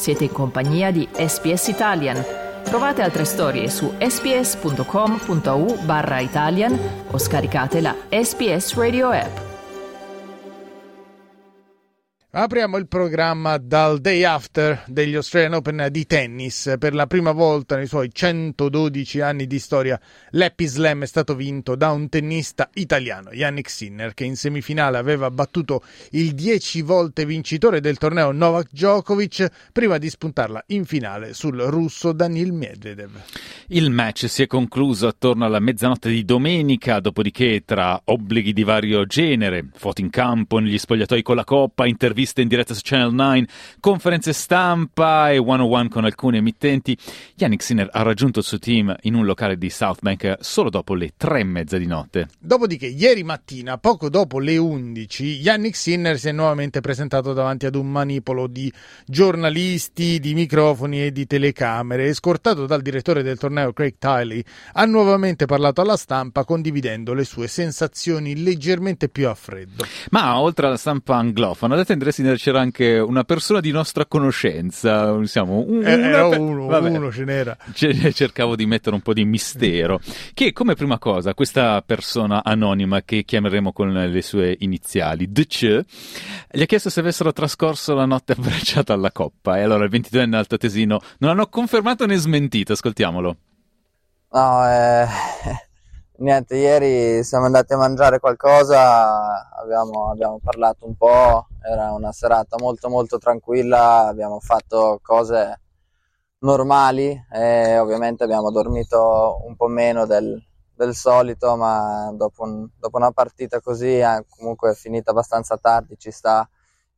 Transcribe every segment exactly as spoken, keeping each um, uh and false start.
Siete in compagnia di S B S Italian. Trovate altre storie su sbs.com.au barra Italian o scaricate la S B S Radio app. Apriamo il programma dal day after degli Australian Open di tennis. Per la prima volta nei suoi centododici anni di storia l'Happy Slam è stato vinto da un tennista italiano, Jannik Sinner, che in semifinale aveva battuto il dieci volte vincitore del torneo Novak Djokovic prima di spuntarla in finale sul russo Daniil Medvedev. Il match si è concluso attorno alla mezzanotte di domenica, dopodiché tra obblighi di vario genere, foto in campo negli spogliatoi con la coppa, interviste in diretta su Channel nove, conferenze stampa e one on one con alcuni emittenti, Jannik Sinner ha raggiunto il suo team in un locale di Southbank solo dopo le tre e mezza di notte. Dopodiché ieri mattina, poco dopo le undici, Jannik Sinner si è nuovamente presentato davanti ad un manipolo di giornalisti, di microfoni e di telecamere e, scortato dal direttore del torneo Craig Tiley, ha nuovamente parlato alla stampa condividendo le sue sensazioni leggermente più a freddo. Ma oltre alla stampa anglofona, da Andrea Sinner c'era anche una persona di nostra conoscenza, siamo un, eh, una, uno, vabbè, uno ce n'era. Cercavo di mettere un po' di mistero, che come prima cosa questa persona anonima, che chiameremo con le sue iniziali D C, gli ha chiesto se avessero trascorso la notte abbracciata alla coppa, e allora il ventiduenne altoatesino non hanno confermato né smentito. Ascoltiamolo. No, eh... Niente, ieri siamo andati a mangiare qualcosa, abbiamo, abbiamo parlato un po', era una serata molto molto tranquilla, abbiamo fatto cose normali e ovviamente abbiamo dormito un po' meno del, del solito, ma dopo, un, dopo una partita così eh, comunque è finita abbastanza tardi, ci sta,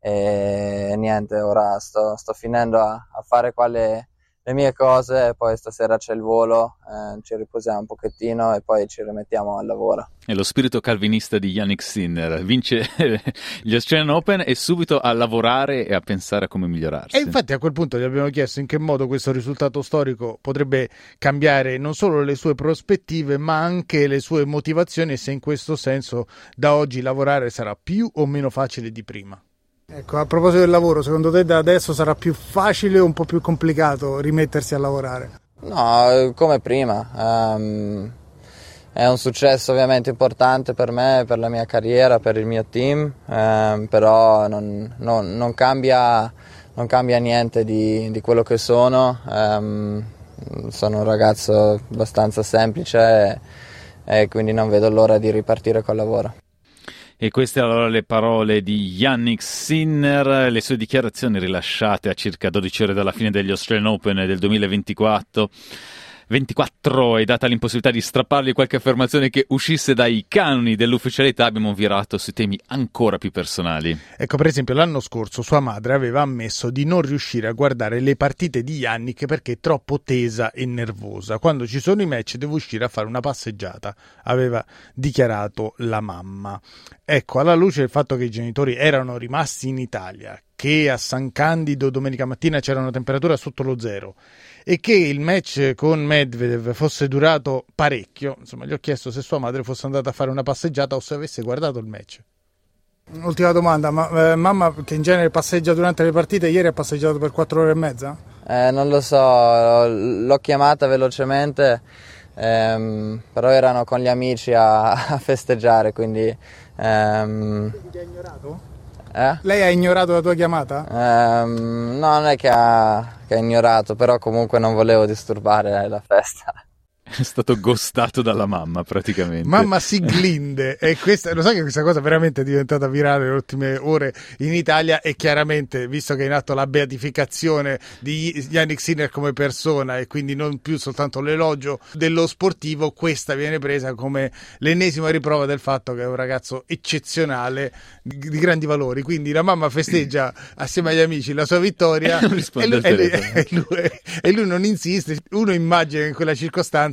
e niente, ora sto, sto finendo a, a fare quale... le mie cose, e poi stasera c'è il volo, eh, ci riposiamo un pochettino e poi ci rimettiamo al lavoro. È lo spirito calvinista di Jannik Sinner, vince gli Australian Open e subito a lavorare e a pensare a come migliorarsi. E infatti a quel punto gli abbiamo chiesto in che modo questo risultato storico potrebbe cambiare non solo le sue prospettive ma anche le sue motivazioni, e se in questo senso da oggi lavorare sarà più o meno facile di prima. Ecco, a proposito del lavoro, secondo te da adesso sarà più facile o un po' più complicato rimettersi a lavorare? No, come prima. Um, è un successo ovviamente importante per me, per la mia carriera, per il mio team, um, però non, non, non, cambia, non cambia niente di, di quello che sono. Um, sono un ragazzo abbastanza semplice e, e quindi non vedo l'ora di ripartire col lavoro. E queste allora le parole di Jannik Sinner, le sue dichiarazioni rilasciate a circa dodici ore dalla fine degli Australian Open del duemilaventiquattro. ventiquattro e data l'impossibilità di strappargli qualche affermazione che uscisse dai canoni dell'ufficialità, abbiamo virato su temi ancora più personali. Ecco, per esempio l'anno scorso sua madre aveva ammesso di non riuscire a guardare le partite di Jannik perché è troppo tesa e nervosa. Quando ci sono i match devo uscire a fare una passeggiata, aveva dichiarato la mamma. Ecco, alla luce del fatto che i genitori erano rimasti in Italia, che a San Candido domenica mattina c'era una temperatura sotto lo zero e che il match con Medvedev fosse durato parecchio, insomma gli ho chiesto se sua madre fosse andata a fare una passeggiata o se avesse guardato il match. Ultima domanda, ma eh, mamma, che in genere passeggia durante le partite, ieri ha passeggiato per quattro ore e mezza? Eh, non lo so, l'ho chiamata velocemente, ehm, però erano con gli amici a, a festeggiare, quindi... Ehm... Ti ha ignorato? Eh? Lei ha ignorato la tua chiamata? Um, no, non è che ha, che ha ignorato, però comunque non volevo disturbare la festa. È stato ghostato dalla mamma praticamente. Mamma Siglinde, e questa, lo sai che questa cosa veramente è diventata virale nelle ultime ore in Italia, e chiaramente visto che è in atto la beatificazione di Jannik Sinner come persona e quindi non più soltanto l'elogio dello sportivo, questa viene presa come l'ennesima riprova del fatto che è un ragazzo eccezionale di, di grandi valori. Quindi la mamma festeggia assieme agli amici la sua vittoria e, non risponde e, lui, al e, lui, e lui non insiste. Uno immagina in quella circostanza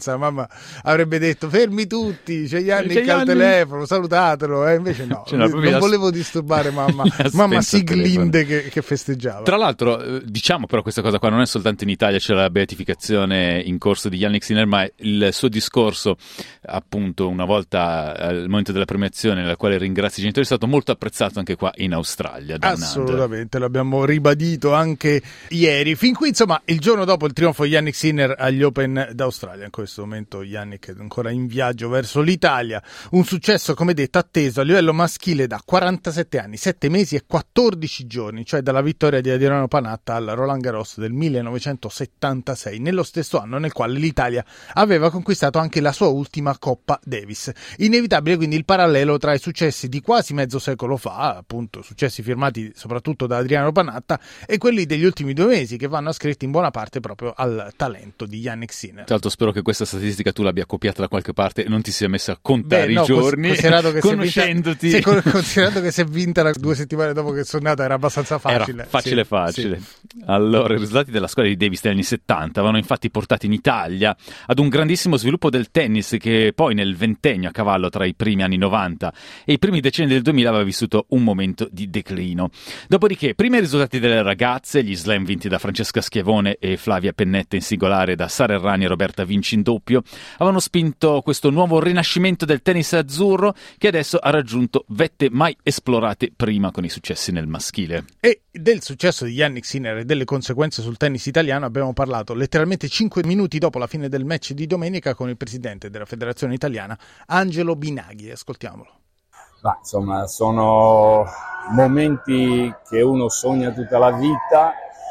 partenza, mamma avrebbe detto fermi tutti, c'è Yannick c'è al Yannick. telefono, salutatelo, e eh, invece no, Cioè, no, non la... volevo disturbare mamma, mamma Siglinde che, che festeggiava. Tra l'altro, diciamo però questa cosa qua non è soltanto in Italia, c'è la beatificazione in corso di Yannick Sinner, ma il suo discorso, appunto, una volta al momento della premiazione, nella quale ringrazia i genitori, è stato molto apprezzato anche qua in Australia. Assolutamente, l'abbiamo ribadito anche ieri. Fin qui, insomma, il giorno dopo il trionfo di Yannick Sinner agli Open d'Australia. In questo momento Yannick è ancora in viaggio verso l'Italia. Un successo, come detto, atteso a livello maschile da quarantasette anni, sette mesi e quattordici giorni, cioè dalla vittoria di Adriano Panatta al Roland Garros del millenovecentosettantasei, nello stesso anno nel quale l'Italia aveva conquistato anche la sua ultima Coppa Davis. Inevitabile quindi il parallelo tra i successi di quasi mezzo secolo fa, appunto successi firmati soprattutto da Adriano Panatta, e quelli degli ultimi due mesi, che vanno ascritti in buona parte proprio al talento di Yannick Sinner. Tra l'altro spero che questa statistica tu l'abbia copiata da qualche parte e non ti sia messa a contare. Beh, no, i giorni, considerato che conoscendoti. Si è vinta, sì, considerato che si è vinta la, due settimane dopo che sono nata, era abbastanza facile. Era facile sì, facile. Sì. Allora, i risultati della squadra di Davis negli anni settanta avevano infatti portato in Italia ad un grandissimo sviluppo del tennis, che poi nel ventennio, a cavallo tra i primi anni novanta e i primi decenni del duemila, aveva vissuto un momento di declino. Dopodiché, prima i risultati delle ragazze, gli slam vinti da Francesca Schiavone e Flavia Pennetta in singolare, da Sara Errani e Roberta Vinci in doppio, avevano spinto questo nuovo rinascimento del tennis azzurro, che adesso ha raggiunto vette mai esplorate prima con i successi nel maschile. E del successo di Yannick Sinner e delle conseguenze sul tennis italiano abbiamo parlato letteralmente cinque minuti dopo la fine del match di domenica con il presidente della Federazione Italiana, Angelo Binaghi. Ascoltiamolo. Ma, insomma, sono momenti che uno sogna tutta la vita,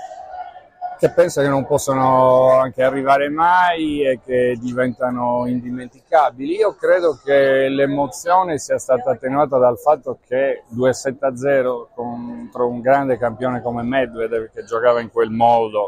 che pensa che non possano anche arrivare mai e che diventano indimenticabili. Io credo che l'emozione sia stata attenuata dal fatto che due sette a zero contro un grande campione come Medvedev, che giocava in quel modo,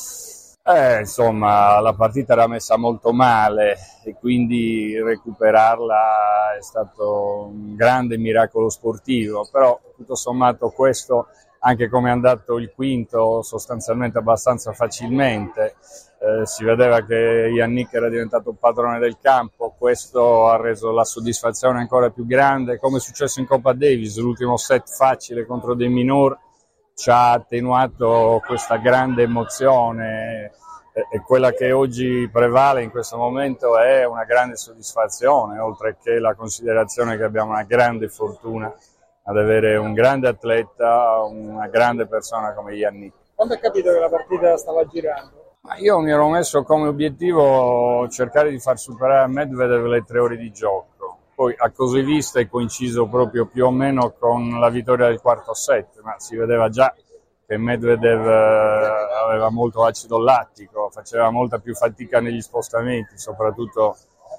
eh, insomma, la partita era messa molto male e quindi recuperarla è stato un grande miracolo sportivo. Però tutto sommato questo, anche come è andato il quinto, sostanzialmente abbastanza facilmente, eh, si vedeva che Yannick era diventato padrone del campo. Questo ha reso la soddisfazione ancora più grande. Come è successo in Coppa Davis, l'ultimo set facile contro De Minaur ci ha attenuato questa grande emozione, e, e quella che oggi prevale in questo momento è una grande soddisfazione, oltre che la considerazione che abbiamo una grande fortuna ad avere un grande atleta, una grande persona come Yannick. Quando hai capito che la partita stava girando? Ma io mi ero messo come obiettivo cercare di far superare a Medvedev le tre ore di gioco. Poi a così vista è coinciso proprio più o meno con la vittoria del quarto set, ma si vedeva già che Medvedev aveva molto acido lattico, faceva molta più fatica negli spostamenti, soprattutto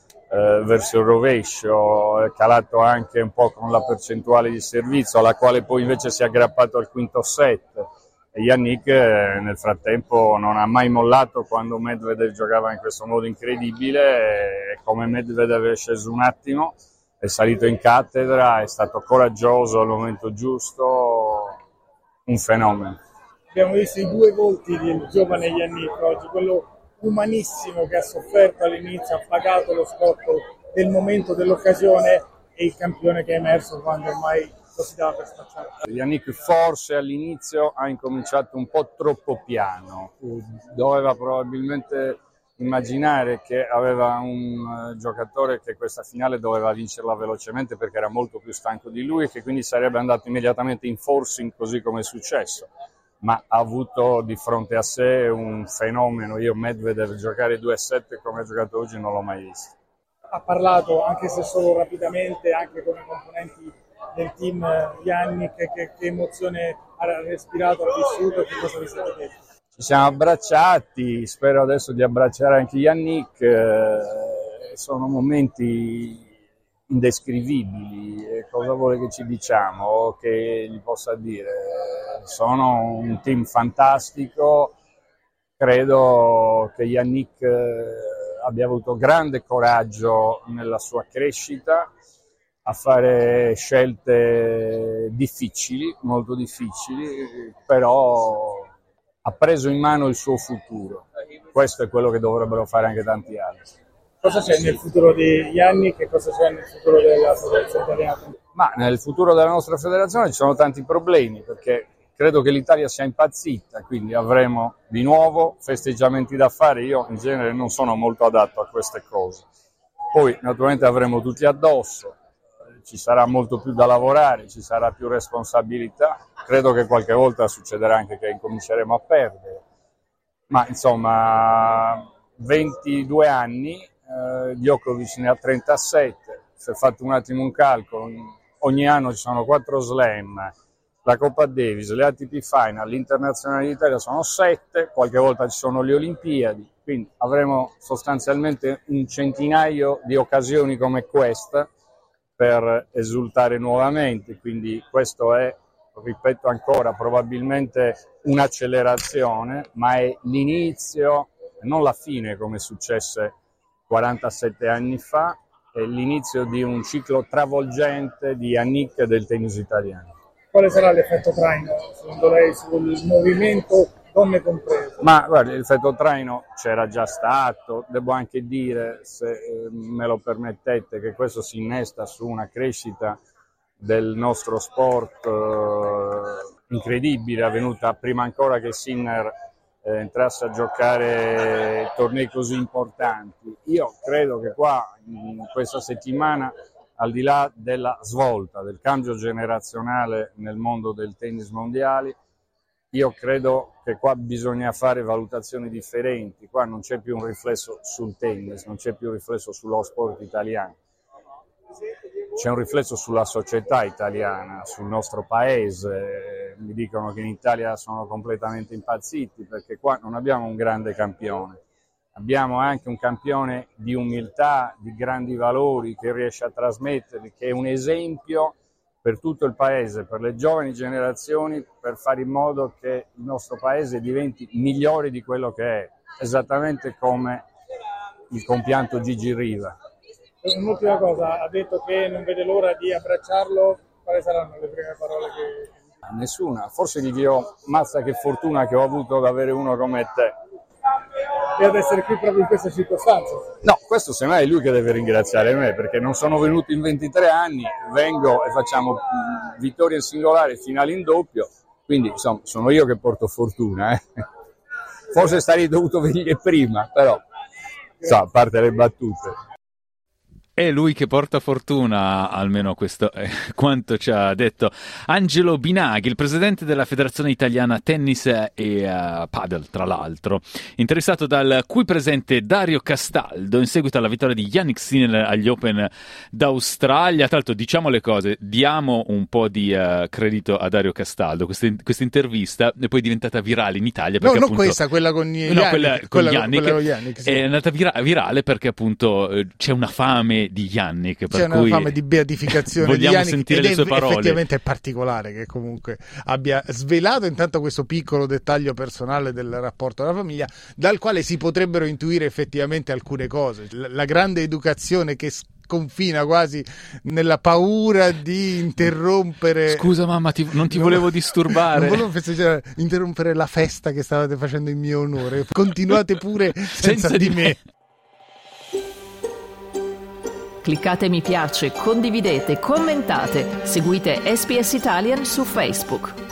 eh, verso il rovescio, è calato anche un po' con la percentuale di servizio, alla quale poi invece si è aggrappato al quinto set. E Yannick eh, nel frattempo non ha mai mollato quando Medvedev giocava in questo modo incredibile, e come Medvedev è sceso un attimo, è salito in cattedra, è stato coraggioso al momento giusto, un fenomeno. Abbiamo visto i due volti del giovane Yannick oggi, quello umanissimo che ha sofferto all'inizio, ha pagato lo scotto del momento, dell'occasione, e il campione che è emerso quando ormai lo si dava per spacciare. Yannick forse all'inizio ha incominciato un po' troppo piano, doveva probabilmente immaginare che aveva un uh, giocatore che questa finale doveva vincerla velocemente, perché era molto più stanco di lui e che quindi sarebbe andato immediatamente in forcing, così come è successo, ma ha avuto di fronte a sé un fenomeno. Io Medvedev giocare due a sette come ha giocato oggi non l'ho mai visto. Ha parlato, anche se solo rapidamente, anche con i componenti del team Yannick, che, che emozione ha respirato, ha vissuto, che cosa vi siete detto? Ci siamo abbracciati, spero adesso di abbracciare anche Yannick, eh, sono momenti indescrivibili. E cosa vuole che ci diciamo, che gli possa dire? Sono un team fantastico, credo che Yannick abbia avuto grande coraggio nella sua crescita, a fare scelte difficili, molto difficili, però ha preso in mano il suo futuro. Questo è quello che dovrebbero fare anche tanti altri. Cosa c'è nel futuro di Yannick e cosa c'è nel futuro della federazione italiana? Ma nel futuro della nostra federazione ci sono tanti problemi, perché credo che l'Italia sia impazzita, quindi avremo di nuovo festeggiamenti da fare. Io in genere non sono molto adatto a queste cose. Poi naturalmente avremo tutti addosso, ci sarà molto più da lavorare, ci sarà più responsabilità. Credo che qualche volta succederà anche che incominceremo a perdere. Ma insomma, ventidue anni, eh, Djokovic ne ha trentasette, se fate un attimo un calcolo, ogni anno ci sono quattro slam, la Coppa Davis, le A T P Final, l'Internazionale d'Italia sono sette, qualche volta ci sono le Olimpiadi, quindi avremo sostanzialmente un centinaio di occasioni come questa per esultare nuovamente, quindi questo è, ripeto ancora, probabilmente un'accelerazione, ma è l'inizio, non la fine come successe quarantasette anni fa, è l'inizio di un ciclo travolgente di Yannick e del tennis italiano. Quale sarà l'effetto traino, secondo lei, sul movimento, donne comprese? Ma guarda, l'effetto traino c'era già stato, devo anche dire, se eh, me lo permettete, che questo si innesta su una crescita del nostro sport eh, incredibile, avvenuta prima ancora che Sinner eh, entrasse a giocare tornei così importanti. Io credo che qua, in questa settimana, al di là della svolta, del cambio generazionale nel mondo del tennis mondiale, io credo che qua bisogna fare valutazioni differenti. Qua non c'è più un riflesso sul tennis, non c'è più un riflesso sullo sport italiano. C'è un riflesso sulla società italiana, sul nostro paese. Mi dicono che in Italia sono completamente impazziti perché qua non abbiamo un grande campione. Abbiamo anche un campione di umiltà, di grandi valori che riesce a trasmetterli, che è un esempio per tutto il paese, per le giovani generazioni, per fare in modo che il nostro paese diventi migliore di quello che è, esattamente come il compianto Gigi Riva. Un'ultima cosa, ha detto che non vede l'ora di abbracciarlo, quali saranno le prime parole che... Nessuna, forse gli dirò: mazza che fortuna che ho avuto ad avere uno come te. E ad essere qui proprio in queste circostanze. No, questo semmai è lui che deve ringraziare me, perché non sono venuto in ventitré anni, vengo e facciamo vittoria in singolare, finale in doppio, quindi insomma sono io che porto fortuna. Eh. Forse sarei dovuto venire prima, però so, a parte le battute. È lui che porta fortuna, almeno questo è quanto ci ha detto Angelo Binaghi, il presidente della Federazione Italiana Tennis e uh, Padel, tra l'altro. Interessato dal qui presente Dario Castaldo in seguito alla vittoria di Jannik Sinner agli Open d'Australia. Tra l'altro, diciamo le cose, diamo un po' di uh, credito a Dario Castaldo. Questa intervista è poi diventata virale in Italia. Perché, no, non appunto, questa, quella con Yannick. No, quella con quella, Yannick, quella con Yannick sì. È andata vira- virale perché appunto c'è una fame di Yannick, per c'è una cui fame di beatificazione vogliamo di Yannick, sentire ed le sue è, parole. effettivamente è particolare che comunque abbia svelato intanto questo piccolo dettaglio personale del rapporto della famiglia, dal quale si potrebbero intuire effettivamente alcune cose, la, la grande educazione che confina quasi nella paura di interrompere. Scusa mamma, ti, non ti no, volevo disturbare. Non volevo festeggiare, interrompere la festa che stavate facendo in mio onore. Continuate pure senza, senza di me. me. Cliccate mi piace, condividete, commentate, seguite S B S Italian su Facebook.